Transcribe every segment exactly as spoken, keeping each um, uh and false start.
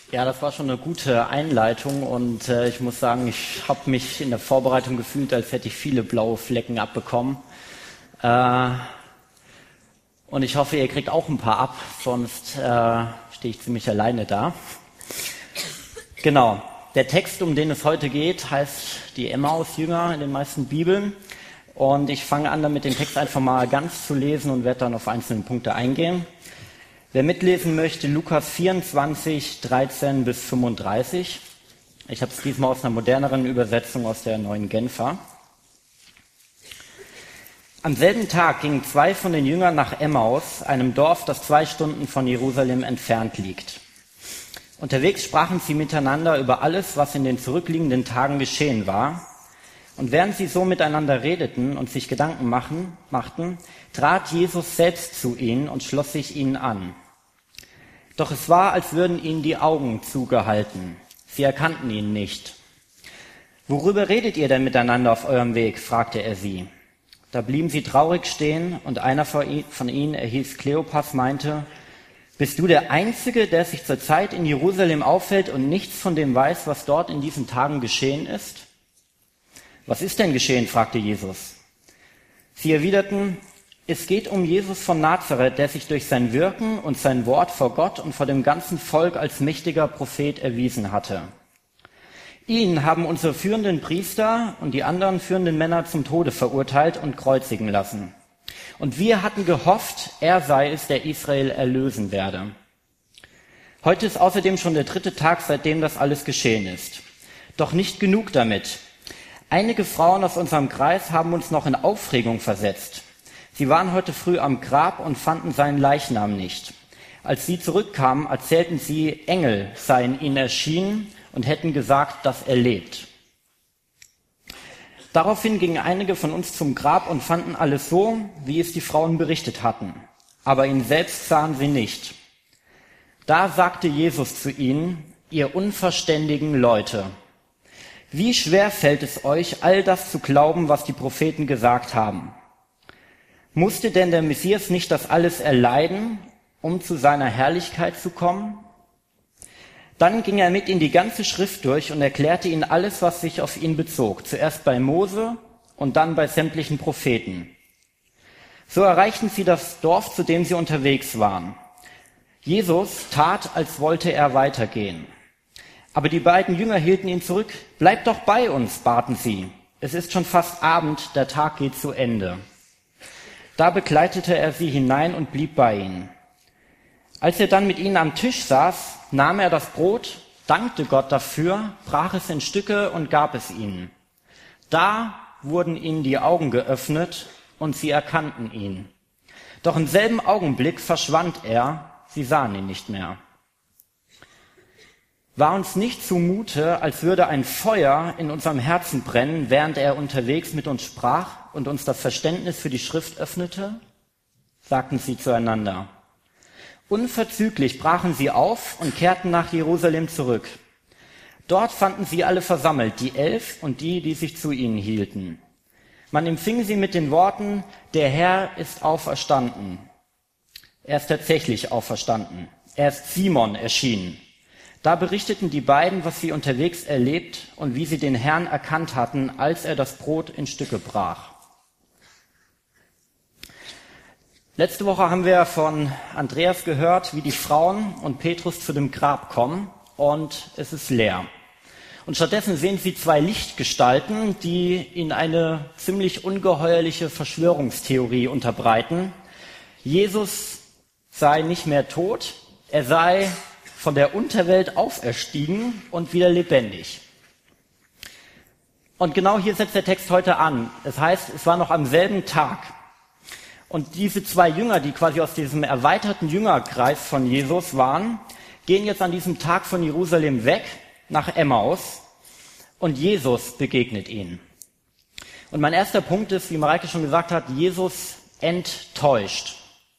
Ja, das war schon eine gute Einleitung und äh, ich muss sagen, ich habe mich in der Vorbereitung gefühlt, als hätte ich viele blaue Flecken abbekommen. Äh, und ich hoffe, ihr kriegt auch ein paar ab, sonst äh, stehe ich ziemlich alleine da. Genau, der Text, um den es heute geht, heißt die Emmaus-Jünger in den meisten Bibeln. Und ich fange an, damit den Text einfach mal ganz zu lesen und werde dann auf einzelne Punkte eingehen. Wer mitlesen möchte, Lukas vierundzwanzig, dreizehn bis fünfunddreißig. Ich habe es diesmal aus einer moderneren Übersetzung aus der Neuen Genfer. Am selben Tag gingen zwei von den Jüngern nach Emmaus, einem Dorf, das zwei Stunden von Jerusalem entfernt liegt. Unterwegs sprachen sie miteinander über alles, was in den zurückliegenden Tagen geschehen war. Und während sie so miteinander redeten und sich Gedanken machen, machten, trat Jesus selbst zu ihnen und schloss sich ihnen an. Doch es war, als würden ihnen die Augen zugehalten. Sie erkannten ihn nicht. »Worüber redet ihr denn miteinander auf eurem Weg?« fragte er sie. Da blieben sie traurig stehen, und einer von ihnen, er hieß Kleopas, meinte, »Bist du der Einzige, der sich zurzeit in Jerusalem aufhält und nichts von dem weiß, was dort in diesen Tagen geschehen ist?« »Was ist denn geschehen?« fragte Jesus. Sie erwiderten, es geht um Jesus von Nazareth, der sich durch sein Wirken und sein Wort vor Gott und vor dem ganzen Volk als mächtiger Prophet erwiesen hatte. Ihn haben unsere führenden Priester und die anderen führenden Männer zum Tode verurteilt und kreuzigen lassen. Und wir hatten gehofft, er sei es, der Israel erlösen werde. Heute ist außerdem schon der dritte Tag, seitdem das alles geschehen ist. Doch nicht genug damit. Einige Frauen aus unserem Kreis haben uns noch in Aufregung versetzt. Sie waren heute früh am Grab und fanden seinen Leichnam nicht. Als sie zurückkamen, erzählten sie, Engel seien ihnen erschienen und hätten gesagt, dass er lebt. Daraufhin gingen einige von uns zum Grab und fanden alles so, wie es die Frauen berichtet hatten. Aber ihn selbst sahen sie nicht. Da sagte Jesus zu ihnen, ihr unverständigen Leute, wie schwer fällt es euch, all das zu glauben, was die Propheten gesagt haben? Musste denn der Messias nicht das alles erleiden, um zu seiner Herrlichkeit zu kommen? Dann ging er mit in die ganze Schrift durch und erklärte ihnen alles, was sich auf ihn bezog. Zuerst bei Mose und dann bei sämtlichen Propheten. So erreichten sie das Dorf, zu dem sie unterwegs waren. Jesus tat, als wollte er weitergehen. Aber die beiden Jünger hielten ihn zurück. Bleibt doch bei uns, baten sie. Es ist schon fast Abend, der Tag geht zu Ende. Da begleitete er sie hinein und blieb bei ihnen. Als er dann mit ihnen am Tisch saß, nahm er das Brot, dankte Gott dafür, brach es in Stücke und gab es ihnen. Da wurden ihnen die Augen geöffnet und sie erkannten ihn. Doch im selben Augenblick verschwand er, sie sahen ihn nicht mehr. War uns nicht zumute, als würde ein Feuer in unserem Herzen brennen, während er unterwegs mit uns sprach und uns das Verständnis für die Schrift öffnete? Sagten sie zueinander. Unverzüglich brachen sie auf und kehrten nach Jerusalem zurück. Dort fanden sie alle versammelt, die Elf und die, die sich zu ihnen hielten. Man empfing sie mit den Worten, der Herr ist auferstanden. Er ist tatsächlich auferstanden. Er ist Simon erschienen. Da berichteten die beiden, was sie unterwegs erlebt und wie sie den Herrn erkannt hatten, als er das Brot in Stücke brach. Letzte Woche haben wir von Andreas gehört, wie die Frauen und Petrus zu dem Grab kommen und es ist leer. Und stattdessen sehen sie zwei Lichtgestalten, die ihnen eine ziemlich ungeheuerliche Verschwörungstheorie unterbreiten. Jesus sei nicht mehr tot, er sei von der Unterwelt auferstiegen und wieder lebendig. Und genau hier setzt der Text heute an. Es heißt, es war noch am selben Tag. Und diese zwei Jünger, die quasi aus diesem erweiterten Jüngerkreis von Jesus waren, gehen jetzt an diesem Tag von Jerusalem weg nach Emmaus und Jesus begegnet ihnen. Und mein erster Punkt ist, wie Mareike schon gesagt hat, Jesus enttäuscht.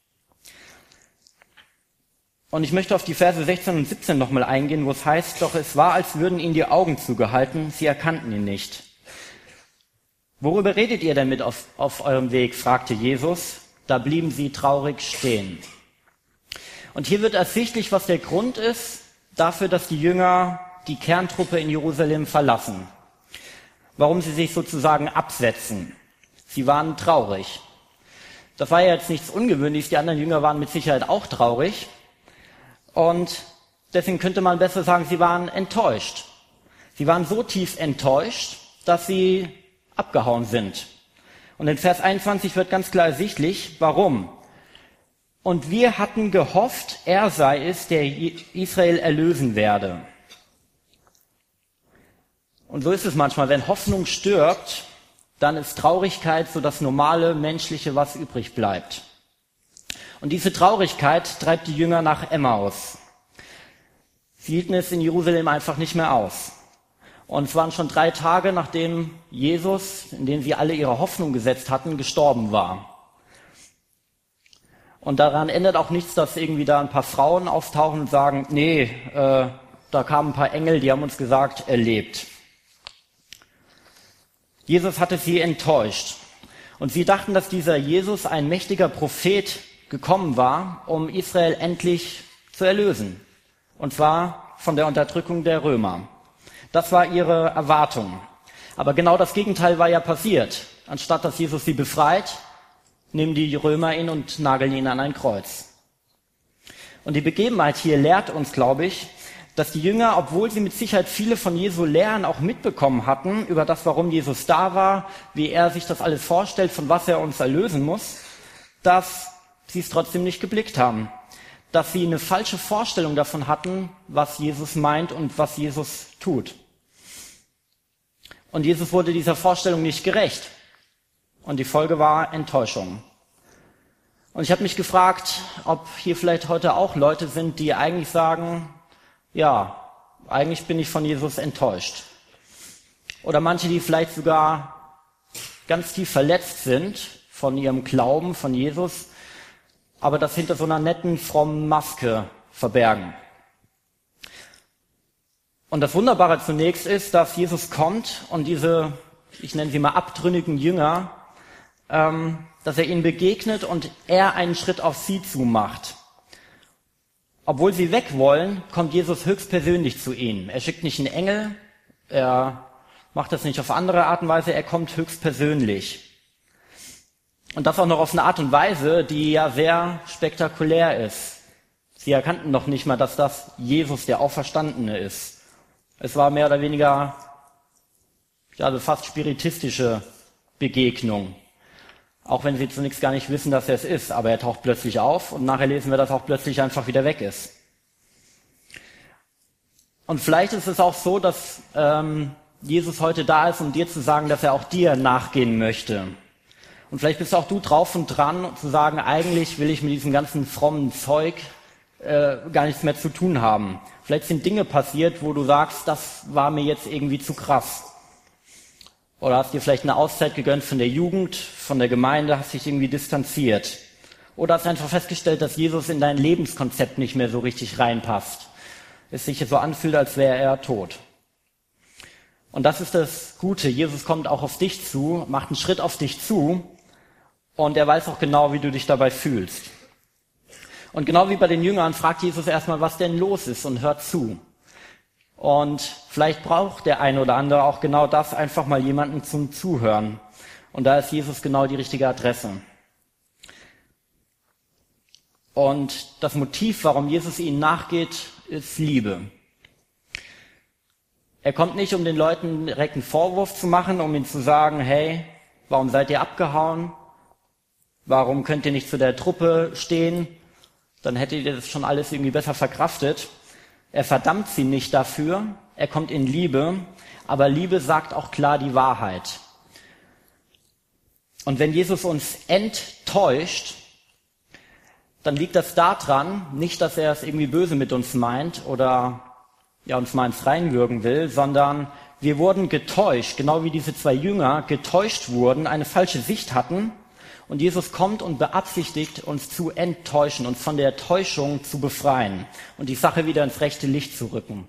Und ich möchte auf die Verse sechzehn und siebzehn nochmal eingehen, wo es heißt, doch es war, als würden ihnen die Augen zugehalten, sie erkannten ihn nicht. Worüber redet ihr denn mit auf, auf eurem Weg? Fragte Jesus. Da blieben sie traurig stehen. Und hier wird ersichtlich, was der Grund ist, dafür, dass die Jünger die Kerntruppe in Jerusalem verlassen. Warum sie sich sozusagen absetzen. Sie waren traurig. Das war ja jetzt nichts Ungewöhnliches, die anderen Jünger waren mit Sicherheit auch traurig. Und deswegen könnte man besser sagen, sie waren enttäuscht. Sie waren so tief enttäuscht, dass sie abgehauen sind. Und in Vers einundzwanzig wird ganz klar ersichtlich, warum. Und wir hatten gehofft, er sei es, der Israel erlösen werde. Und so ist es manchmal, wenn Hoffnung stirbt, dann ist Traurigkeit so das normale Menschliche, was übrig bleibt. Und diese Traurigkeit treibt die Jünger nach Emmaus. Sie hielten es in Jerusalem einfach nicht mehr aus. Und es waren schon drei Tage, nachdem Jesus, in den sie alle ihre Hoffnung gesetzt hatten, gestorben war. Und daran ändert auch nichts, dass irgendwie da ein paar Frauen auftauchen und sagen, nee, äh, da kamen ein paar Engel, die haben uns gesagt, er lebt. Jesus hatte sie enttäuscht. Und sie dachten, dass dieser Jesus, ein mächtiger Prophet, gekommen war, um Israel endlich zu erlösen. Und zwar von der Unterdrückung der Römer. Das war ihre Erwartung. Aber genau das Gegenteil war ja passiert. Anstatt dass Jesus sie befreit, nehmen die Römer ihn und nageln ihn an ein Kreuz. Und die Begebenheit hier lehrt uns, glaube ich, dass die Jünger, obwohl sie mit Sicherheit viele von Jesu Lehren auch mitbekommen hatten, über das, warum Jesus da war, wie er sich das alles vorstellt, von was er uns erlösen muss, dass sie es trotzdem nicht geblickt haben. Dass sie eine falsche Vorstellung davon hatten, was Jesus meint und was Jesus tut. Und Jesus wurde dieser Vorstellung nicht gerecht. Und die Folge war Enttäuschung. Und ich habe mich gefragt, ob hier vielleicht heute auch Leute sind, die eigentlich sagen, ja, eigentlich bin ich von Jesus enttäuscht. Oder manche, die vielleicht sogar ganz tief verletzt sind von ihrem Glauben, von Jesus, aber das hinter so einer netten, frommen Maske verbergen. Und das Wunderbare zunächst ist, dass Jesus kommt und diese, ich nenne sie mal abtrünnigen Jünger, ähm, dass er ihnen begegnet und er einen Schritt auf sie zumacht. Obwohl sie weg wollen, kommt Jesus höchstpersönlich zu ihnen. Er schickt nicht einen Engel, er macht das nicht auf andere Art und Weise, er kommt höchstpersönlich. Und das auch noch auf eine Art und Weise, die ja sehr spektakulär ist. Sie erkannten noch nicht mal, dass das Jesus, der Auferstandene, ist. Es war mehr oder weniger, ja, also fast spiritistische Begegnung. Auch wenn sie zunächst gar nicht wissen, dass er es ist. Aber er taucht plötzlich auf und nachher lesen wir, dass er auch plötzlich einfach wieder weg ist. Und vielleicht ist es auch so, dass ähm, Jesus heute da ist, um dir zu sagen, dass er auch dir nachgehen möchte. Und vielleicht bist auch du drauf und dran, zu sagen, eigentlich will ich mit diesem ganzen frommen Zeug äh, gar nichts mehr zu tun haben. Vielleicht sind Dinge passiert, wo du sagst, das war mir jetzt irgendwie zu krass. Oder hast dir vielleicht eine Auszeit gegönnt von der Jugend, von der Gemeinde, hast dich irgendwie distanziert. Oder hast einfach festgestellt, dass Jesus in dein Lebenskonzept nicht mehr so richtig reinpasst. Es sich so anfühlt, als wäre er tot. Und das ist das Gute. Jesus kommt auch auf dich zu, macht einen Schritt auf dich zu und er weiß auch genau, wie du dich dabei fühlst. Und genau wie bei den Jüngern fragt Jesus erstmal, was denn los ist und hört zu. Und vielleicht braucht der eine oder andere auch genau das, einfach mal jemanden zum Zuhören. Und da ist Jesus genau die richtige Adresse. Und das Motiv, warum Jesus ihnen nachgeht, ist Liebe. Er kommt nicht, um den Leuten direkt einen Vorwurf zu machen, um ihnen zu sagen, hey, warum seid ihr abgehauen? Warum könnt ihr nicht zu der Truppe stehen? Dann hättet ihr das schon alles irgendwie besser verkraftet. Er verdammt sie nicht dafür, er kommt in Liebe, aber Liebe sagt auch klar die Wahrheit. Und wenn Jesus uns enttäuscht, dann liegt das daran, nicht, dass er es irgendwie böse mit uns meint oder ja, uns mal ins Reinwürgen will, sondern wir wurden getäuscht, genau wie diese zwei Jünger getäuscht wurden, eine falsche Sicht hatten. Und Jesus kommt und beabsichtigt, uns zu enttäuschen, uns von der Täuschung zu befreien und die Sache wieder ins rechte Licht zu rücken.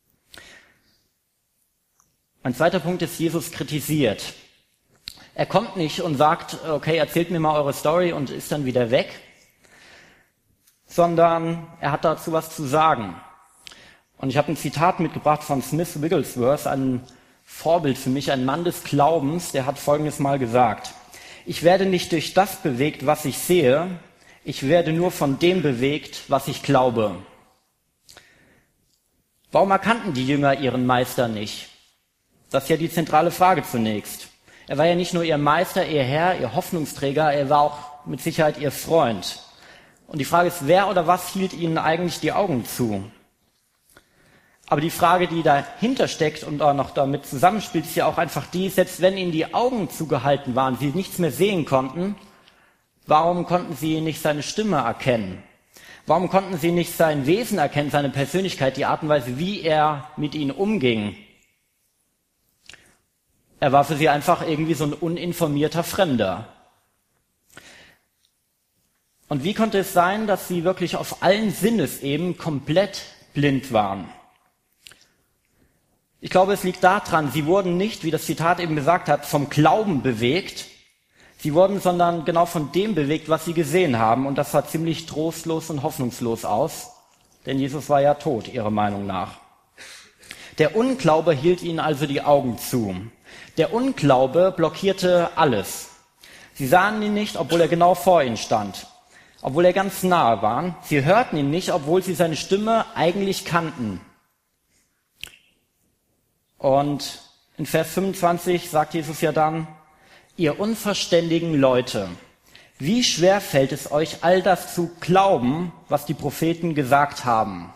Ein zweiter Punkt ist, Jesus kritisiert. Er kommt nicht und sagt, okay, erzählt mir mal eure Story und ist dann wieder weg, sondern er hat dazu was zu sagen. Und ich habe ein Zitat mitgebracht von Smith Wigglesworth, ein Vorbild für mich, ein Mann des Glaubens, der hat Folgendes mal gesagt: Ich werde nicht durch das bewegt, was ich sehe, ich werde nur von dem bewegt, was ich glaube. Warum erkannten die Jünger ihren Meister nicht? Das ist ja die zentrale Frage zunächst. Er war ja nicht nur ihr Meister, ihr Herr, ihr Hoffnungsträger, er war auch mit Sicherheit ihr Freund. Und die Frage ist, wer oder was hielt ihnen eigentlich die Augen zu? Aber die Frage, die dahinter steckt und auch noch damit zusammenspielt, ist ja auch einfach die, selbst wenn ihnen die Augen zugehalten waren, sie nichts mehr sehen konnten, warum konnten sie nicht seine Stimme erkennen? Warum konnten sie nicht sein Wesen erkennen, seine Persönlichkeit, die Art und Weise, wie er mit ihnen umging? Er war für sie einfach irgendwie so ein uninformierter Fremder. Und wie konnte es sein, dass sie wirklich auf allen Sinnesebenen komplett blind waren? Ich glaube, es liegt daran, sie wurden nicht, wie das Zitat eben gesagt hat, vom Glauben bewegt. Sie wurden sondern genau von dem bewegt, was sie gesehen haben. Und das sah ziemlich trostlos und hoffnungslos aus, denn Jesus war ja tot, ihrer Meinung nach. Der Unglaube hielt ihnen also die Augen zu. Der Unglaube blockierte alles. Sie sahen ihn nicht, obwohl er genau vor ihnen stand, obwohl er ganz nahe war. Sie hörten ihn nicht, obwohl sie seine Stimme eigentlich kannten. Und in Vers fünfundzwanzig sagt Jesus ja dann: Ihr unverständigen Leute, wie schwer fällt es euch, all das zu glauben, was die Propheten gesagt haben?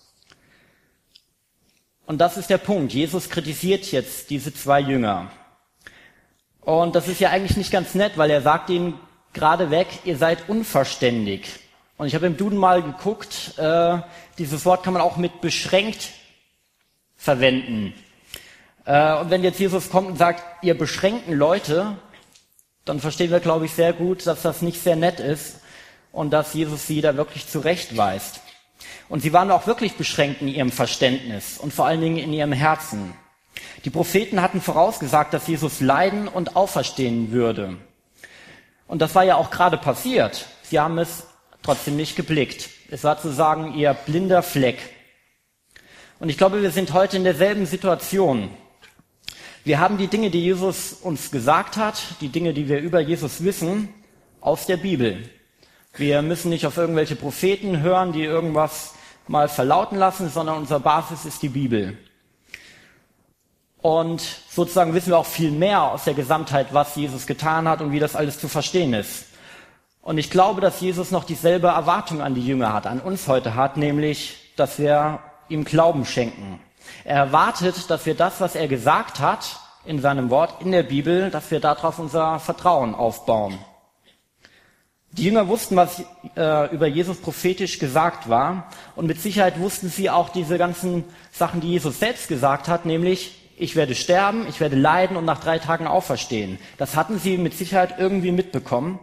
Und das ist der Punkt. Jesus kritisiert jetzt diese zwei Jünger. Und das ist ja eigentlich nicht ganz nett, weil er sagt ihnen gerade weg, ihr seid unverständig. Und ich habe im Duden mal geguckt, äh, dieses Wort kann man auch mit beschränkt verwenden. Äh, und wenn jetzt Jesus kommt und sagt, ihr beschränkten Leute, dann verstehen wir, glaube ich, sehr gut, dass das nicht sehr nett ist und dass Jesus sie da wirklich zurechtweist. Und sie waren auch wirklich beschränkt in ihrem Verständnis und vor allen Dingen in ihrem Herzen. Die Propheten hatten vorausgesagt, dass Jesus leiden und auferstehen würde. Und das war ja auch gerade passiert. Sie haben es trotzdem nicht geblickt. Es war sozusagen ihr blinder Fleck. Und ich glaube, wir sind heute in derselben Situation. Wir haben die Dinge, die Jesus uns gesagt hat, die Dinge, die wir über Jesus wissen, aus der Bibel. Wir müssen nicht auf irgendwelche Propheten hören, die irgendwas mal verlauten lassen, sondern unsere Basis ist die Bibel. Und sozusagen wissen wir auch viel mehr aus der Gesamtheit, was Jesus getan hat und wie das alles zu verstehen ist. Und ich glaube, dass Jesus noch dieselbe Erwartung an die Jünger hat, an uns heute hat, nämlich, dass wir ihm Glauben schenken. Er erwartet, dass wir das, was er gesagt hat, in seinem Wort, in der Bibel, dass wir darauf unser Vertrauen aufbauen. Die Jünger wussten, was äh, über Jesus prophetisch gesagt war. Und mit Sicherheit wussten sie auch diese ganzen Sachen, die Jesus selbst gesagt hat, nämlich, ich werde sterben, ich werde leiden und nach drei Tagen auferstehen. Das hatten sie mit Sicherheit irgendwie mitbekommen.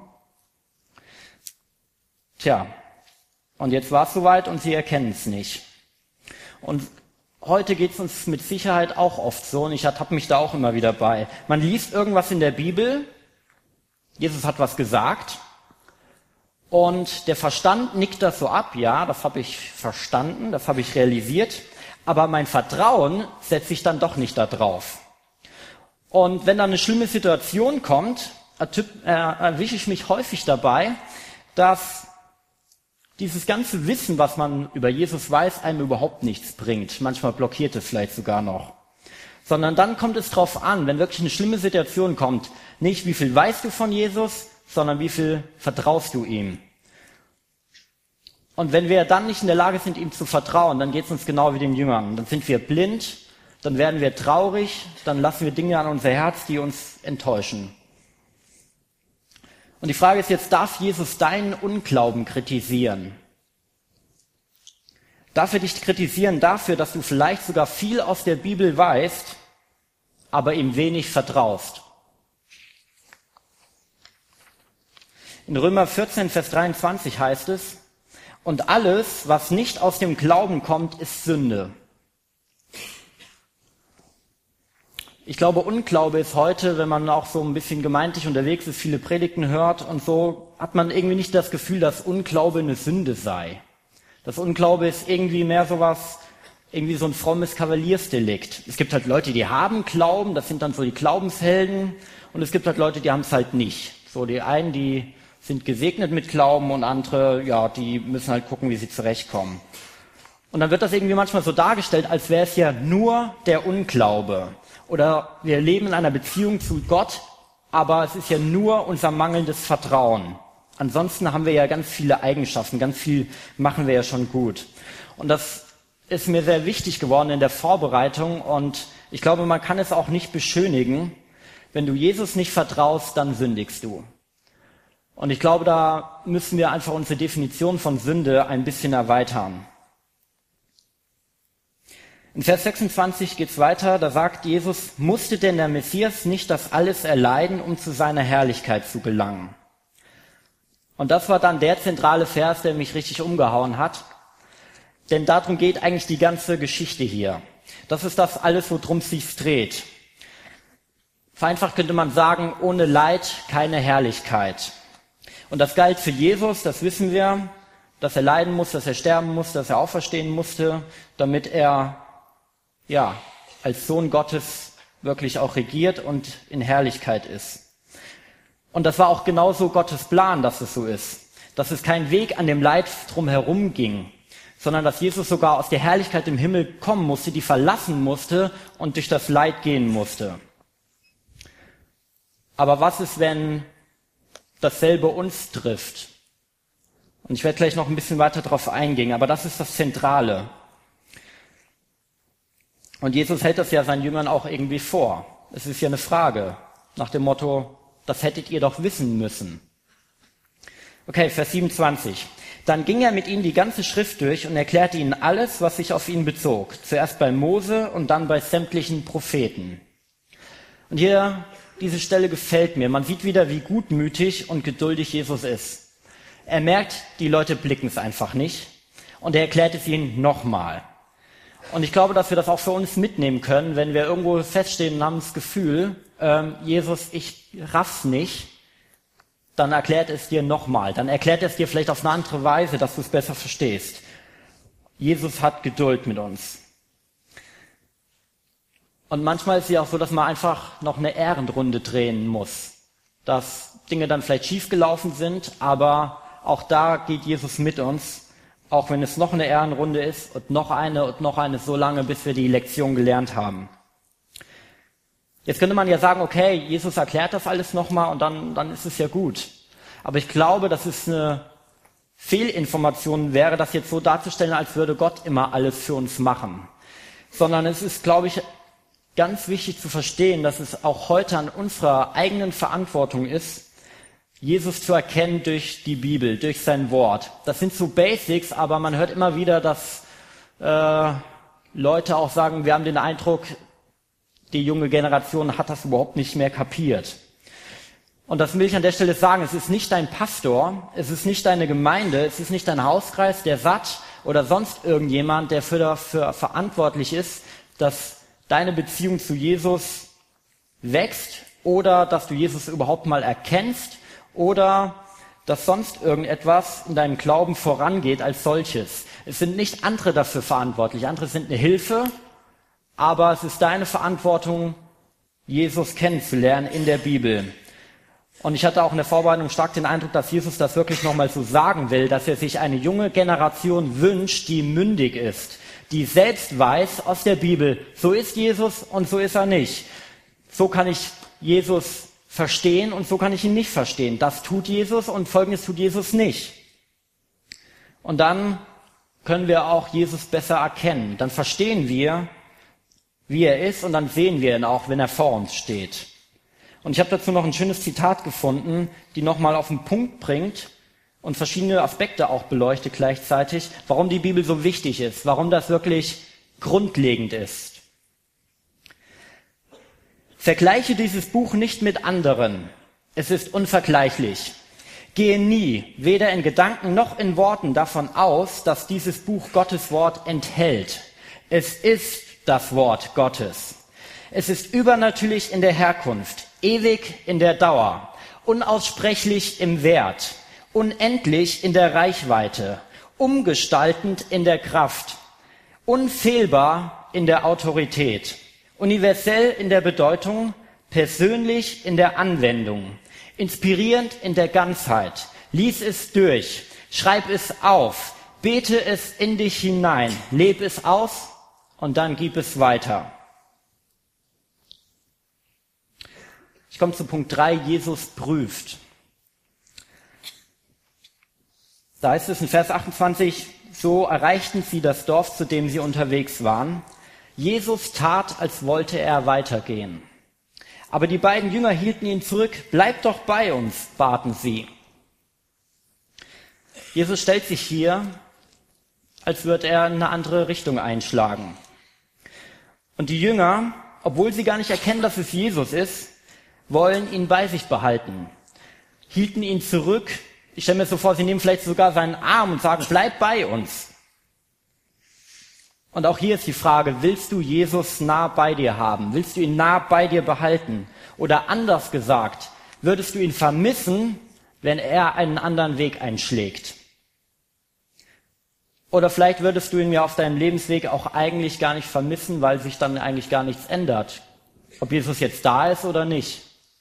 Tja, und jetzt war es soweit und sie erkennen es nicht. Und heute geht es uns mit Sicherheit auch oft so, und ich ertappe mich da auch immer wieder bei. Man liest irgendwas in der Bibel, Jesus hat was gesagt, und der Verstand nickt das so ab, ja, das habe ich verstanden, das habe ich realisiert, aber mein Vertrauen setze ich dann doch nicht da drauf. Und wenn dann eine schlimme Situation kommt, erwische ich mich häufig dabei, dass dieses ganze Wissen, was man über Jesus weiß, einem überhaupt nichts bringt. Manchmal blockiert es vielleicht sogar noch. Sondern dann kommt es drauf an, wenn wirklich eine schlimme Situation kommt, nicht wie viel weißt du von Jesus, sondern wie viel vertraust du ihm. Und wenn wir dann nicht in der Lage sind, ihm zu vertrauen, dann geht es uns genau wie den Jüngern. Dann sind wir blind, dann werden wir traurig, dann lassen wir Dinge an unser Herz, die uns enttäuschen. Und die Frage ist jetzt, darf Jesus deinen Unglauben kritisieren? Darf er dich kritisieren dafür, dass du vielleicht sogar viel aus der Bibel weißt, aber ihm wenig vertraust? In Römer vierzehn, Vers dreiundzwanzig heißt es, und alles, was nicht aus dem Glauben kommt, ist Sünde. Ich glaube, Unglaube ist heute, wenn man auch so ein bisschen gemeindlich unterwegs ist, viele Predigten hört und so, hat man irgendwie nicht das Gefühl, dass Unglaube eine Sünde sei. Das Unglaube ist irgendwie mehr sowas, irgendwie so ein frommes Kavaliersdelikt. Es gibt halt Leute, die haben Glauben, das sind dann so die Glaubenshelden, und es gibt halt Leute, die haben es halt nicht. So, die einen, die sind gesegnet mit Glauben, und andere, ja, die müssen halt gucken, wie sie zurechtkommen. Und dann wird das irgendwie manchmal so dargestellt, als wäre es ja nur der Unglaube. Oder wir leben in einer Beziehung zu Gott, aber es ist ja nur unser mangelndes Vertrauen. Ansonsten haben wir ja ganz viele Eigenschaften, ganz viel machen wir ja schon gut. Und das ist mir sehr wichtig geworden in der Vorbereitung, und ich glaube, man kann es auch nicht beschönigen. Wenn du Jesus nicht vertraust, dann sündigst du. Und ich glaube, da müssen wir einfach unsere Definition von Sünde ein bisschen erweitern. In Vers sechsundzwanzig geht's weiter, da sagt Jesus, musste denn der Messias nicht das alles erleiden, um zu seiner Herrlichkeit zu gelangen? Und das war dann der zentrale Vers, der mich richtig umgehauen hat. Denn darum geht eigentlich die ganze Geschichte hier. Das ist das alles, worum es sich dreht. Vereinfacht könnte man sagen, ohne Leid keine Herrlichkeit. Und das galt für Jesus, das wissen wir, dass er leiden muss, dass er sterben muss, dass er auferstehen musste, damit er ja als Sohn Gottes wirklich auch regiert und in Herrlichkeit ist. Und das war auch genauso Gottes Plan, dass es so ist. Dass es kein Weg an dem Leid drum herum ging, sondern dass Jesus sogar aus der Herrlichkeit im Himmel kommen musste, die verlassen musste und durch das Leid gehen musste. Aber was ist, wenn dasselbe uns trifft? Und ich werde gleich noch ein bisschen weiter darauf eingehen, aber das ist das Zentrale. Und Jesus hält das ja seinen Jüngern auch irgendwie vor. Es ist ja eine Frage nach dem Motto, das hättet ihr doch wissen müssen. Okay, Vers siebenundzwanzig. Dann ging er mit ihnen die ganze Schrift durch und erklärte ihnen alles, was sich auf ihn bezog. Zuerst bei Mose und dann bei sämtlichen Propheten. Und hier, diese Stelle gefällt mir. Man sieht wieder, wie gutmütig und geduldig Jesus ist. Er merkt, die Leute blicken es einfach nicht. Und er erklärt es ihnen nochmal. Und ich glaube, dass wir das auch für uns mitnehmen können, wenn wir irgendwo feststehen und haben das Gefühl, ähm, Jesus, ich raff's nicht. Dann erklärt es dir nochmal. Dann erklärt es dir vielleicht auf eine andere Weise, dass du es besser verstehst. Jesus hat Geduld mit uns. Und manchmal ist es ja auch so, dass man einfach noch eine Ehrenrunde drehen muss. Dass Dinge dann vielleicht schiefgelaufen sind, aber auch da geht Jesus mit uns. Auch wenn es noch eine Ehrenrunde ist und noch eine und noch eine, so lange, bis wir die Lektion gelernt haben. Jetzt könnte man ja sagen, okay, Jesus erklärt das alles nochmal und dann, dann ist es ja gut. Aber ich glaube, dass es eine Fehlinformation wäre, das jetzt so darzustellen, als würde Gott immer alles für uns machen. Sondern es ist, glaube ich, ganz wichtig zu verstehen, dass es auch heute an unserer eigenen Verantwortung ist, Jesus zu erkennen durch die Bibel, durch sein Wort. Das sind so Basics, aber man hört immer wieder, dass äh, Leute auch sagen, wir haben den Eindruck, die junge Generation hat das überhaupt nicht mehr kapiert. Und das will ich an der Stelle sagen, es ist nicht dein Pastor, es ist nicht deine Gemeinde, es ist nicht dein Hauskreis, der S A T oder sonst irgendjemand, der für dafür verantwortlich ist, dass deine Beziehung zu Jesus wächst oder dass du Jesus überhaupt mal erkennst oder dass sonst irgendetwas in deinem Glauben vorangeht als solches. Es sind nicht andere dafür verantwortlich, andere sind eine Hilfe, aber es ist deine Verantwortung, Jesus kennenzulernen in der Bibel. Und ich hatte auch in der Vorbereitung stark den Eindruck, dass Jesus das wirklich nochmal so sagen will, dass er sich eine junge Generation wünscht, die mündig ist, die selbst weiß aus der Bibel, so ist Jesus und so ist er nicht. So kann ich Jesus verstehen und so kann ich ihn nicht verstehen. Das tut Jesus und Folgendes tut Jesus nicht. Und dann können wir auch Jesus besser erkennen. Dann verstehen wir, wie er ist, und dann sehen wir ihn auch, wenn er vor uns steht. Und ich habe dazu noch ein schönes Zitat gefunden, die nochmal auf den Punkt bringt und verschiedene Aspekte auch beleuchtet gleichzeitig, warum die Bibel so wichtig ist, warum das wirklich grundlegend ist. Vergleiche dieses Buch nicht mit anderen. Es ist unvergleichlich. Gehe nie, weder in Gedanken noch in Worten davon aus, dass dieses Buch Gottes Wort enthält. Es ist das Wort Gottes. Es ist übernatürlich in der Herkunft, ewig in der Dauer, unaussprechlich im Wert, unendlich in der Reichweite, umgestaltend in der Kraft, Unfehlbar in der Autorität, universell in der Bedeutung, persönlich in der Anwendung, inspirierend in der Ganzheit. Lies es durch, schreib es auf, bete es in dich hinein, leb es aus und dann gib es weiter. Ich komme zu Punkt drei, Jesus prüft. Da heißt es in Vers achtundzwanzig, so erreichten sie das Dorf, zu dem sie unterwegs waren. Jesus tat, als wollte er weitergehen. Aber die beiden Jünger hielten ihn zurück. Bleib doch bei uns, baten sie. Jesus stellt sich hier, als würde er in eine andere Richtung einschlagen. Und die Jünger, obwohl sie gar nicht erkennen, dass es Jesus ist, wollen ihn bei sich behalten, hielten ihn zurück. Ich stelle mir so vor, sie nehmen vielleicht sogar seinen Arm und sagen, bleib bei uns. Und auch hier ist die Frage, willst du Jesus nah bei dir haben? Willst du ihn nah bei dir behalten? Oder anders gesagt, würdest du ihn vermissen, wenn er einen anderen Weg einschlägt? Oder vielleicht würdest du ihn ja auf deinem Lebensweg auch eigentlich gar nicht vermissen, weil sich dann eigentlich gar nichts ändert. Ob Jesus jetzt da ist oder nicht.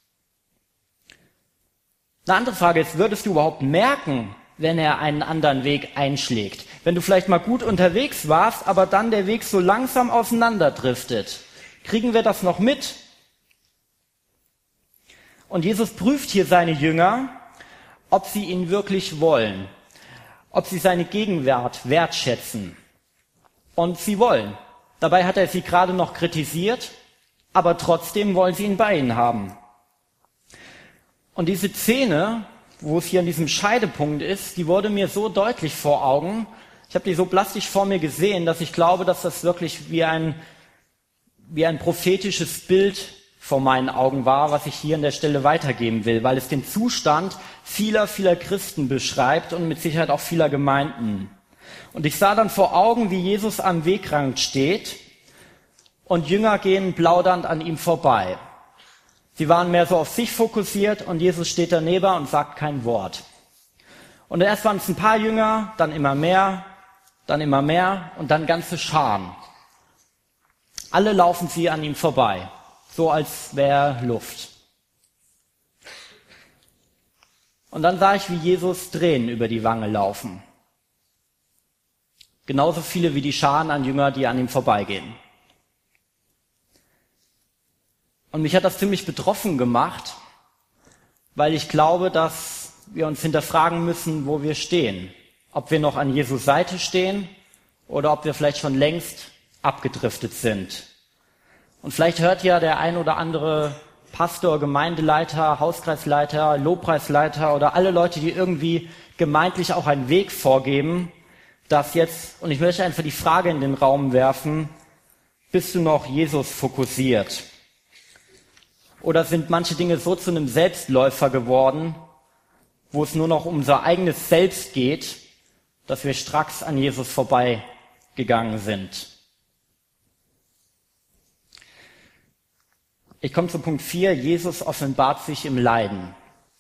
Eine andere Frage ist, würdest du überhaupt merken, wenn er einen anderen Weg einschlägt? Wenn du vielleicht mal gut unterwegs warst, aber dann der Weg so langsam auseinanderdriftet. Kriegen wir das noch mit? Und Jesus prüft hier seine Jünger, ob sie ihn wirklich wollen. Ob sie seine Gegenwart wertschätzen. Und sie wollen. Dabei hat er sie gerade noch kritisiert, aber trotzdem wollen sie ihn bei ihnen haben. Und diese Szene, wo es hier an diesem Scheidepunkt ist, die wurde mir so deutlich vor Augen. Ich habe die so plastisch vor mir gesehen, dass ich glaube, dass das wirklich wie ein, wie ein prophetisches Bild vor meinen Augen war, was ich hier an der Stelle weitergeben will, weil es den Zustand vieler, vieler Christen beschreibt und mit Sicherheit auch vieler Gemeinden. Und ich sah dann vor Augen, wie Jesus am Wegrand steht und Jünger gehen plaudernd an ihm vorbei. Sie waren mehr so auf sich fokussiert und Jesus steht daneben und sagt kein Wort. Und erst waren es ein paar Jünger, dann immer mehr, dann immer mehr und dann ganze Scharen. Alle laufen sie an ihm vorbei, so als wäre Luft. Und dann sah ich, wie Jesus Tränen über die Wange laufen. Genauso viele wie die Scharen an Jünger, die an ihm vorbeigehen. Und mich hat das ziemlich betroffen gemacht, weil ich glaube, dass wir uns hinterfragen müssen, wo wir stehen. Ob wir noch an Jesus Seite stehen oder ob wir vielleicht schon längst abgedriftet sind. Und vielleicht hört ja der ein oder andere Pastor, Gemeindeleiter, Hauskreisleiter, Lobpreisleiter oder alle Leute, die irgendwie gemeindlich auch einen Weg vorgeben, dass jetzt, und ich möchte einfach die Frage in den Raum werfen, bist du noch Jesus fokussiert? Oder sind manche Dinge so zu einem Selbstläufer geworden, wo es nur noch um unser eigenes Selbst geht, dass wir stracks an Jesus vorbeigegangen sind? Ich komme zu Punkt vier. Jesus offenbart sich im Leiden.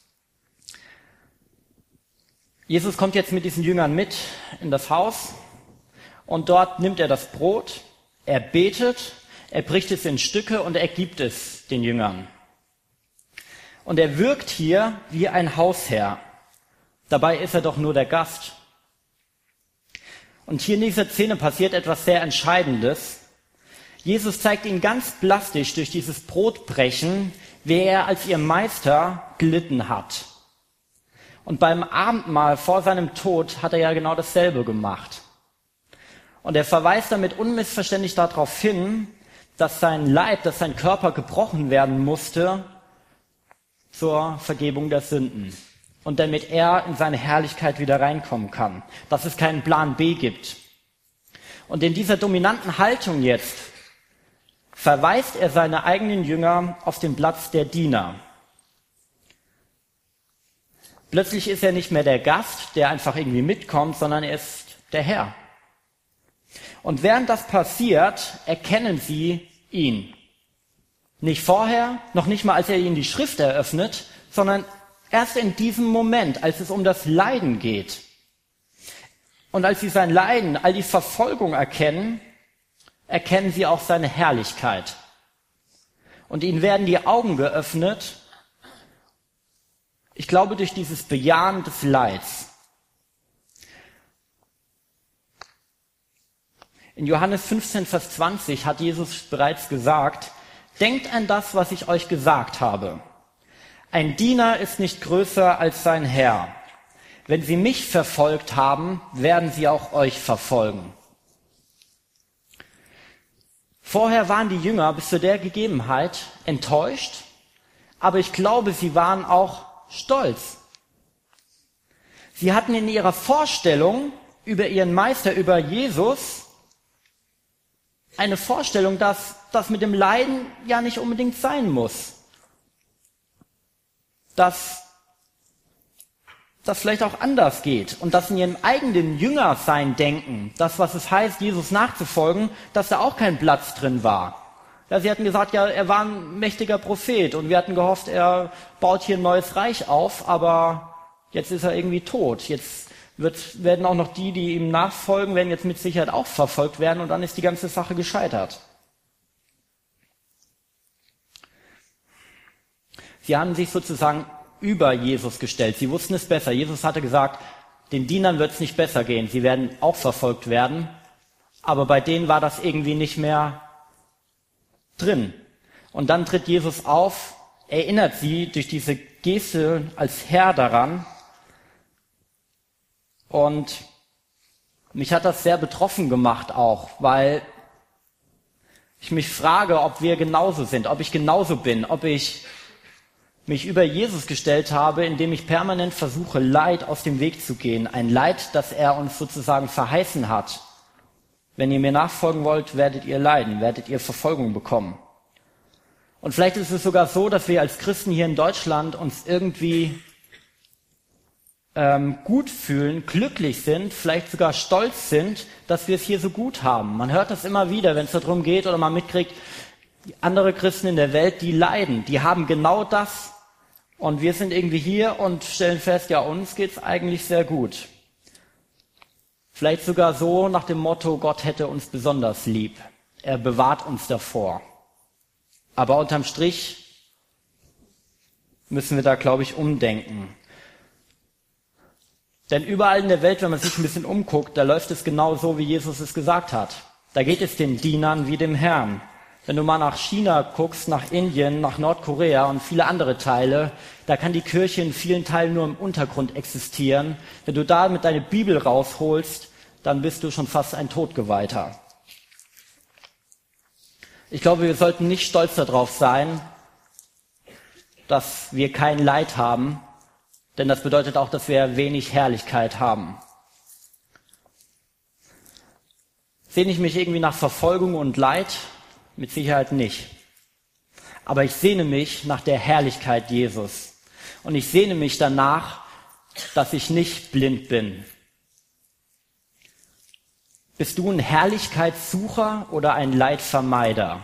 Jesus kommt jetzt mit diesen Jüngern mit in das Haus und dort nimmt er das Brot, er betet, er bricht es in Stücke und er gibt es den Jüngern. Und er wirkt hier wie ein Hausherr. Dabei ist er doch nur der Gast. Und hier in dieser Szene passiert etwas sehr Entscheidendes. Jesus zeigt ihnen ganz plastisch durch dieses Brotbrechen, wer er als ihr Meister gelitten hat. Und beim Abendmahl vor seinem Tod hat er ja genau dasselbe gemacht. Und er verweist damit unmissverständlich darauf hin, dass sein Leib, dass sein Körper gebrochen werden musste zur Vergebung der Sünden. Und damit er in seine Herrlichkeit wieder reinkommen kann. Dass es keinen Plan B gibt. Und in dieser dominanten Haltung jetzt verweist er seine eigenen Jünger auf den Platz der Diener. Plötzlich ist er nicht mehr der Gast, der einfach irgendwie mitkommt, sondern er ist der Herr. Und während das passiert, erkennen sie ihn. Nicht vorher, noch nicht mal, als er ihnen die Schrift eröffnet, sondern erst in diesem Moment, als es um das Leiden geht. Und als sie sein Leiden, all die Verfolgung erkennen, erkennen sie auch seine Herrlichkeit. Und ihnen werden die Augen geöffnet, ich glaube, durch dieses Bejahen des Leids. In Johannes fünfzehn, Vers zwanzig hat Jesus bereits gesagt, denkt an das, was ich euch gesagt habe. Ein Diener ist nicht größer als sein Herr. Wenn sie mich verfolgt haben, werden sie auch euch verfolgen. Vorher waren die Jünger bis zu der Gegebenheit enttäuscht, aber ich glaube, sie waren auch stolz. Sie hatten in ihrer Vorstellung über ihren Meister, über Jesus, eine Vorstellung, dass das mit dem Leiden ja nicht unbedingt sein muss. Dass das vielleicht auch anders geht und dass in ihrem eigenen Jüngersein denken, das, was es heißt, Jesus nachzufolgen, dass da auch kein Platz drin war. Ja, sie hatten gesagt, ja, er war ein mächtiger Prophet und wir hatten gehofft, er baut hier ein neues Reich auf, aber jetzt ist er irgendwie tot. Jetzt wird, werden auch noch die, die ihm nachfolgen, werden jetzt mit Sicherheit auch verfolgt werden und dann ist die ganze Sache gescheitert. Sie haben sich sozusagen über Jesus gestellt. Sie wussten es besser. Jesus hatte gesagt, den Dienern wird es nicht besser gehen. Sie werden auch verfolgt werden. Aber bei denen war das irgendwie nicht mehr drin. Und dann tritt Jesus auf, erinnert sie durch diese Geste als Herr daran. Und mich hat das sehr betroffen gemacht auch, weil ich mich frage, ob wir genauso sind, ob ich genauso bin, ob ich mich über Jesus gestellt habe, indem ich permanent versuche, Leid aus dem Weg zu gehen. Ein Leid, das er uns sozusagen verheißen hat. Wenn ihr mir nachfolgen wollt, werdet ihr leiden, werdet ihr Verfolgung bekommen. Und vielleicht ist es sogar so, dass wir als Christen hier in Deutschland uns irgendwie ähm, gut fühlen, glücklich sind, vielleicht sogar stolz sind, dass wir es hier so gut haben. Man hört das immer wieder, wenn es darum geht oder man mitkriegt, andere Christen in der Welt, die leiden, die haben genau das. Und wir sind irgendwie hier und stellen fest, ja, uns geht's eigentlich sehr gut. Vielleicht sogar so nach dem Motto, Gott hätte uns besonders lieb. Er bewahrt uns davor. Aber unterm Strich müssen wir da, glaube ich, umdenken. Denn überall in der Welt, wenn man sich ein bisschen umguckt, da läuft es genau so, wie Jesus es gesagt hat. Da geht es den Dienern wie dem Herrn. Wenn du mal nach China guckst, nach Indien, nach Nordkorea und viele andere Teile, da kann die Kirche in vielen Teilen nur im Untergrund existieren. Wenn du da mit deiner Bibel rausholst, dann bist du schon fast ein Todgeweihter. Ich glaube, wir sollten nicht stolz darauf sein, dass wir kein Leid haben, denn das bedeutet auch, dass wir wenig Herrlichkeit haben. Sehne ich mich irgendwie nach Verfolgung und Leid? Mit Sicherheit nicht. Aber ich sehne mich nach der Herrlichkeit Jesus. Und ich sehne mich danach, dass ich nicht blind bin. Bist du ein Herrlichkeitssucher oder ein Leidvermeider?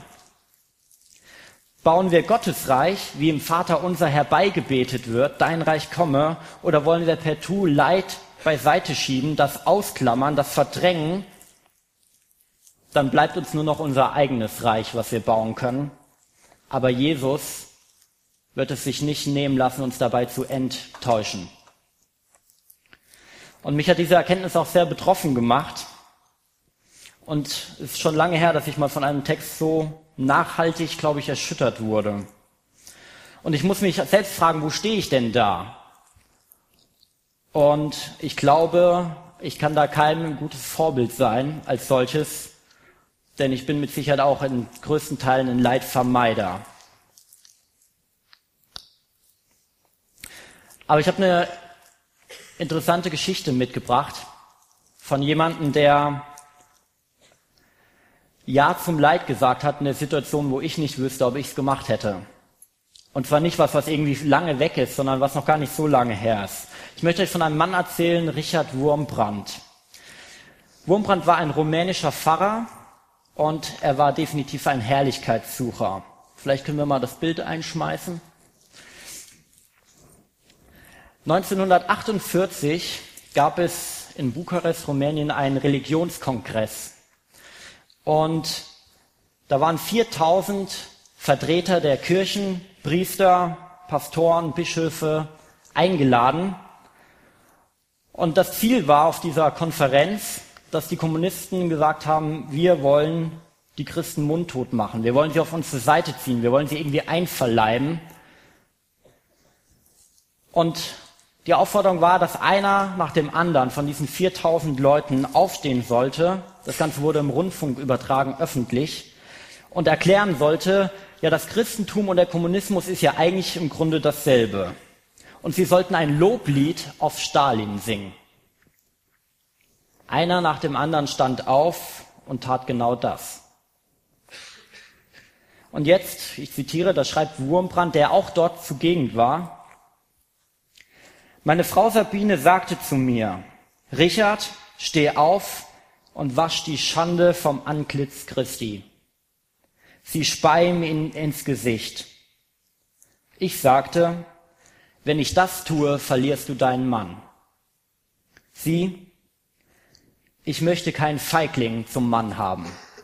Bauen wir Gottes Reich, wie im Vater unser herbeigebetet wird, dein Reich komme, oder wollen wir partout Leid beiseite schieben, das ausklammern, das verdrängen? Dann bleibt uns nur noch unser eigenes Reich, was wir bauen können. Aber Jesus wird es sich nicht nehmen lassen, uns dabei zu enttäuschen. Und mich hat diese Erkenntnis auch sehr betroffen gemacht. Und es ist schon lange her, dass ich mal von einem Text so nachhaltig, glaube ich, erschüttert wurde. Und ich muss mich selbst fragen, wo stehe ich denn da? Und ich glaube, ich kann da keinem ein gutes Vorbild sein als solches, denn ich bin mit Sicherheit auch in größten Teilen ein Leidvermeider. Aber ich habe eine interessante Geschichte mitgebracht von jemandem, der Ja zum Leid gesagt hat in der Situation, wo ich nicht wüsste, ob ich es gemacht hätte. Und zwar nicht was, was irgendwie lange weg ist, sondern was noch gar nicht so lange her ist. Ich möchte euch von einem Mann erzählen, Richard Wurmbrand. Wurmbrand war ein rumänischer Pfarrer, und er war definitiv ein Herrlichkeitssucher. Vielleicht können wir mal das Bild einschmeißen. neunzehnhundertachtundvierzig gab es in Bukarest, Rumänien, einen Religionskongress. Und Da waren viertausend Vertreter der Kirchen, Priester, Pastoren, Bischöfe eingeladen. Und das Ziel war auf dieser Konferenz, dass die Kommunisten gesagt haben, wir wollen die Christen mundtot machen, wir wollen sie auf unsere Seite ziehen, wir wollen sie irgendwie einverleiben. Und die Aufforderung war, dass einer nach dem anderen von diesen viertausend Leuten aufstehen sollte. Das Ganze wurde im Rundfunk übertragen, öffentlich, und erklären sollte, ja, das Christentum und der Kommunismus ist ja eigentlich im Grunde dasselbe. Und sie sollten ein Loblied auf Stalin singen. Einer nach dem anderen stand auf und tat genau das. Und jetzt, ich zitiere, das schreibt Wurmbrand, der auch dort zugegen war: Meine Frau Sabine sagte zu mir, Richard, steh auf und wasch die Schande vom Antlitz Christi. Sie spei ihm in, ins Gesicht. Ich sagte, wenn ich das tue, verlierst du deinen Mann. Sie, ich möchte keinen Feigling zum Mann haben.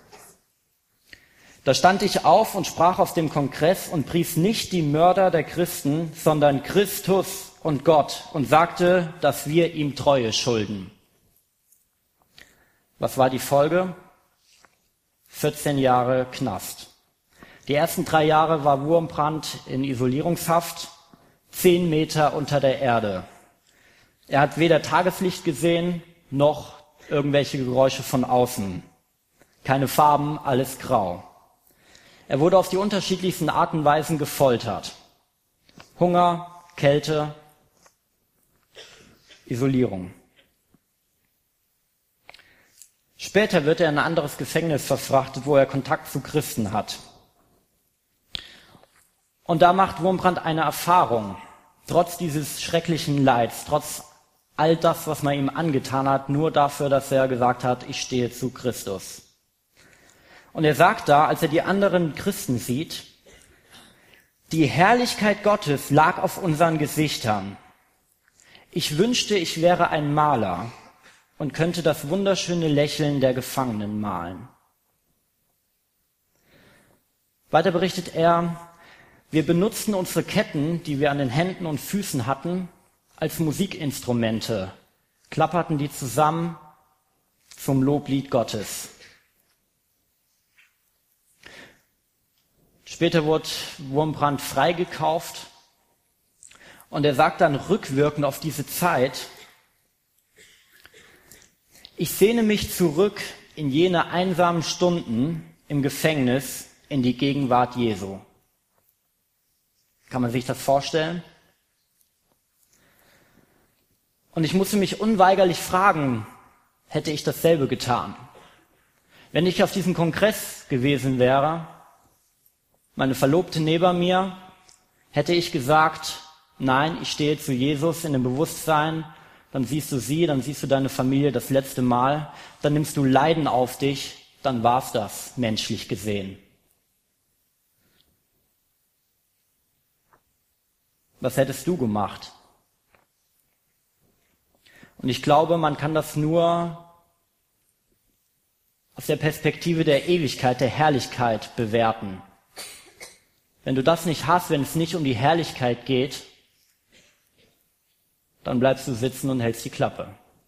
Da stand ich auf und sprach auf dem Kongress und pries nicht die Mörder der Christen, sondern Christus und Gott und sagte, dass wir ihm Treue schulden. Was war die Folge? vierzehn Jahre Knast. Die ersten drei Jahre war Wurmbrand in Isolierungshaft, zehn Meter unter der Erde. Er hat weder Tageslicht gesehen, noch irgendwelche Geräusche von außen. Keine Farben, alles grau. Er wurde auf die unterschiedlichsten Arten und Weisen gefoltert. Hunger, Kälte, Isolierung. Später wird er in ein anderes Gefängnis verfrachtet, wo er Kontakt zu Christen hat. Und da macht Wurmbrand eine Erfahrung, trotz dieses schrecklichen Leids, trotz all das, was man ihm angetan hat, nur dafür, dass er gesagt hat, ich stehe zu Christus. Und er sagt da, als er die anderen Christen sieht, die Herrlichkeit Gottes lag auf unseren Gesichtern. Ich wünschte, ich wäre ein Maler und könnte das wunderschöne Lächeln der Gefangenen malen. Weiter berichtet er, wir benutzten unsere Ketten, die wir an den Händen und Füßen hatten, als Musikinstrumente, klapperten die zusammen zum Loblied Gottes. Später wurde Wurmbrand freigekauft und er sagt dann rückwirkend auf diese Zeit, ich sehne mich zurück in jene einsamen Stunden im Gefängnis in die Gegenwart Jesu. Kann man sich das vorstellen? Und ich musste mich unweigerlich fragen, hätte ich dasselbe getan? Wenn ich auf diesem Kongress gewesen wäre, meine Verlobte neben mir, hätte ich gesagt, nein, ich stehe zu Jesus in dem Bewusstsein, dann siehst du sie, dann siehst du deine Familie das letzte Mal, dann nimmst du Leiden auf dich, dann war's das, menschlich gesehen. Was hättest du gemacht? Und ich glaube, man kann das nur aus der Perspektive der Ewigkeit, der Herrlichkeit bewerten. Wenn du das nicht hast, wenn es nicht um die Herrlichkeit geht, dann bleibst du sitzen und hältst die Klappe.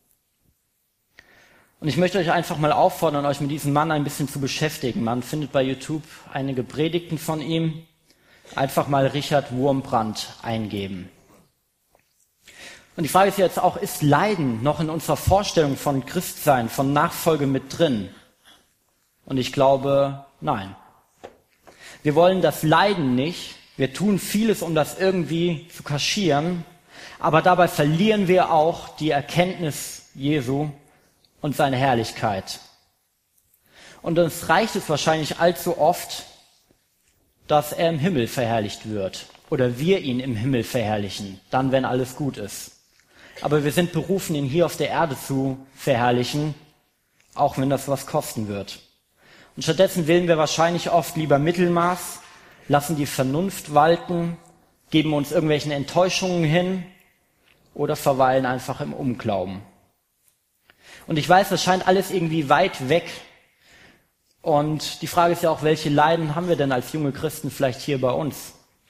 Und ich möchte euch einfach mal auffordern, euch mit diesem Mann ein bisschen zu beschäftigen. Man findet bei YouTube einige Predigten von ihm. Einfach mal Richard Wurmbrand eingeben. Und die Frage ist jetzt auch, ist Leiden noch in unserer Vorstellung von Christsein, von Nachfolge mit drin? Und ich glaube, nein. Wir wollen das Leiden nicht. Wir tun vieles, um das irgendwie zu kaschieren. Aber dabei verlieren wir auch die Erkenntnis Jesu und seine Herrlichkeit. Und uns reicht es wahrscheinlich allzu oft, dass er im Himmel verherrlicht wird oder wir ihn im Himmel verherrlichen, dann, wenn alles gut ist. Aber wir sind berufen, ihn hier auf der Erde zu verherrlichen, auch wenn das was kosten wird. Und stattdessen wählen wir wahrscheinlich oft lieber Mittelmaß, lassen die Vernunft walten, geben uns irgendwelchen Enttäuschungen hin oder verweilen einfach im Unglauben. Und ich weiß, das scheint alles irgendwie weit weg Und die Frage ist ja auch, welche Leiden haben wir denn als junge Christen vielleicht hier bei uns?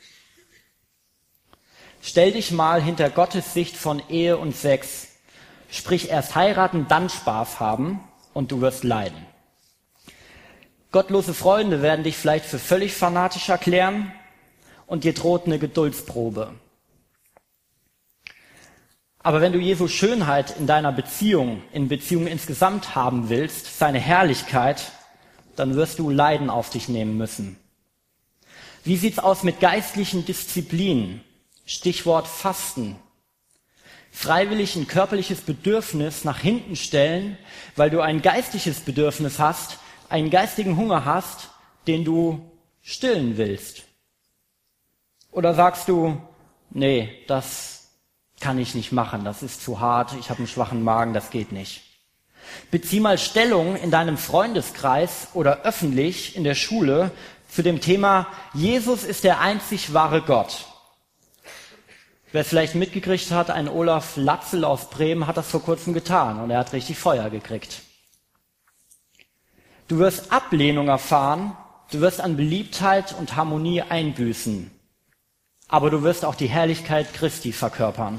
Stell dich mal hinter Gottes Sicht von Ehe und Sex. Sprich, erst heiraten, dann Spaß haben und du wirst leiden. Gottlose Freunde werden dich vielleicht für völlig fanatisch erklären und dir droht eine Geduldsprobe. Aber wenn du Jesu Schönheit in deiner Beziehung, in Beziehungen insgesamt haben willst, seine Herrlichkeit, dann wirst du Leiden auf dich nehmen müssen. Wie sieht's aus mit geistlichen Disziplinen? Stichwort Fasten. Freiwillig ein körperliches Bedürfnis nach hinten stellen, weil du ein geistliches Bedürfnis hast, einen geistigen Hunger hast, den du stillen willst. Oder sagst du, nee, das kann ich nicht machen, das ist zu hart, ich habe einen schwachen Magen, das geht nicht. Bezieh mal Stellung in deinem Freundeskreis oder öffentlich in der Schule zu dem Thema, Jesus ist der einzig wahre Gott. Wer es vielleicht mitgekriegt hat, ein Olaf Latzel aus Bremen hat das vor kurzem getan und er hat richtig Feuer gekriegt. Du wirst Ablehnung erfahren, du wirst an Beliebtheit und Harmonie einbüßen. Aber du wirst auch die Herrlichkeit Christi verkörpern.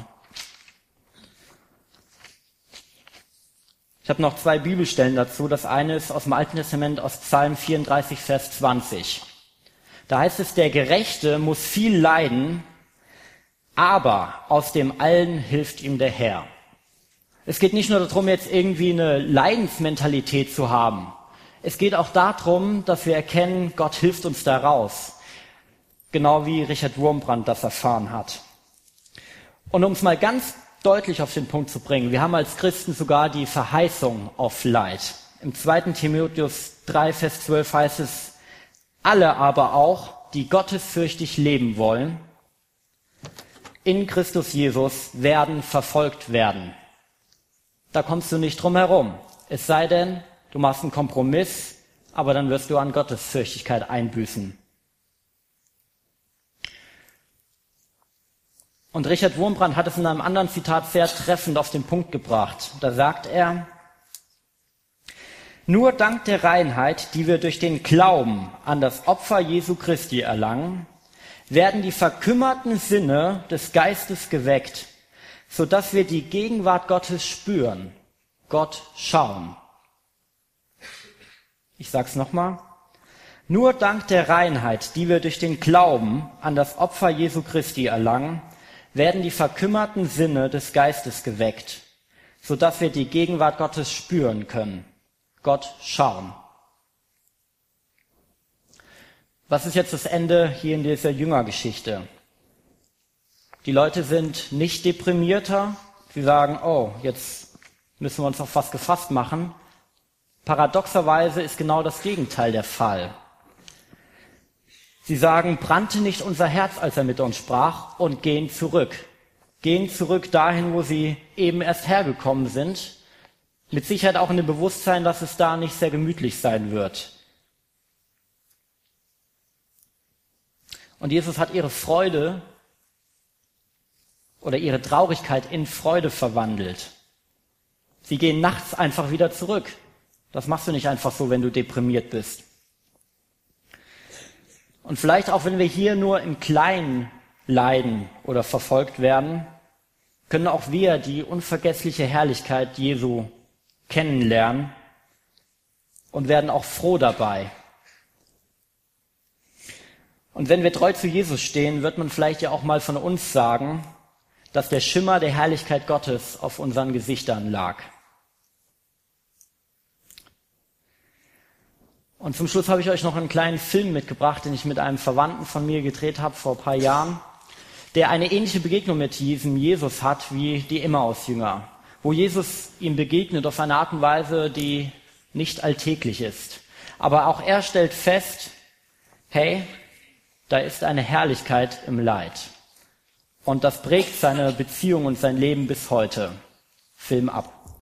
Ich habe noch zwei Bibelstellen dazu. Das eine ist aus dem Alten Testament, aus Psalm vierunddreißig, Vers zwanzig. Da heißt es, der Gerechte muss viel leiden, aber aus dem Allen hilft ihm der Herr. Es geht nicht nur darum, jetzt irgendwie eine Leidensmentalität zu haben. Es geht auch darum, dass wir erkennen, Gott hilft uns da raus. Genau wie Richard Wurmbrand das erfahren hat. Und um es mal ganz deutlich auf den Punkt zu bringen, wir haben als Christen sogar die Verheißung auf Leid. Im zweiten Timotheus drei, Vers zwölf heißt es, alle aber auch, die gottesfürchtig leben wollen, in Christus Jesus werden verfolgt werden. Da kommst du nicht drum herum. Es sei denn, du machst einen Kompromiss, aber dann wirst du an Gottesfürchtigkeit einbüßen. Und Richard Wurmbrand hat es in einem anderen Zitat sehr treffend auf den Punkt gebracht. Da sagt er, nur dank der Reinheit, die wir durch den Glauben an das Opfer Jesu Christi erlangen, werden die verkümmerten Sinne des Geistes geweckt, sodass wir die Gegenwart Gottes spüren, Gott schauen. Ich sag's nochmal. Nur dank der Reinheit, die wir durch den Glauben an das Opfer Jesu Christi erlangen, werden die verkümmerten Sinne des Geistes geweckt, sodass wir die Gegenwart Gottes spüren können, Gott schauen. Was ist jetzt das Ende hier in dieser Jüngergeschichte? Die Leute sind nicht deprimierter, sie sagen, oh, jetzt müssen wir uns auf was gefasst machen. Paradoxerweise ist genau das Gegenteil der Fall. Sie sagen, brannte nicht unser Herz, als er mit uns sprach, und gehen zurück. Gehen zurück dahin, wo sie eben erst hergekommen sind. Mit Sicherheit auch in dem Bewusstsein, dass es da nicht sehr gemütlich sein wird. Und Jesus hat ihre Freude oder ihre Traurigkeit in Freude verwandelt. Sie gehen nachts einfach wieder zurück. Das machst du nicht einfach so, wenn du deprimiert bist. Und vielleicht auch, wenn wir hier nur im Kleinen leiden oder verfolgt werden, können auch wir die unvergessliche Herrlichkeit Jesu kennenlernen und werden auch froh dabei. Und wenn wir treu zu Jesus stehen, wird man vielleicht ja auch mal von uns sagen, dass der Schimmer der Herrlichkeit Gottes auf unseren Gesichtern lag. Und zum Schluss habe ich euch noch einen kleinen Film mitgebracht, den ich mit einem Verwandten von mir gedreht habe vor ein paar Jahren, der eine ähnliche Begegnung mit diesem Jesus hat wie die Emmaus-Jünger, wo Jesus ihm begegnet auf eine Art und Weise, die nicht alltäglich ist. Aber auch er stellt fest, hey, da ist eine Herrlichkeit im Leid. Und das prägt seine Beziehung und sein Leben bis heute. Film ab.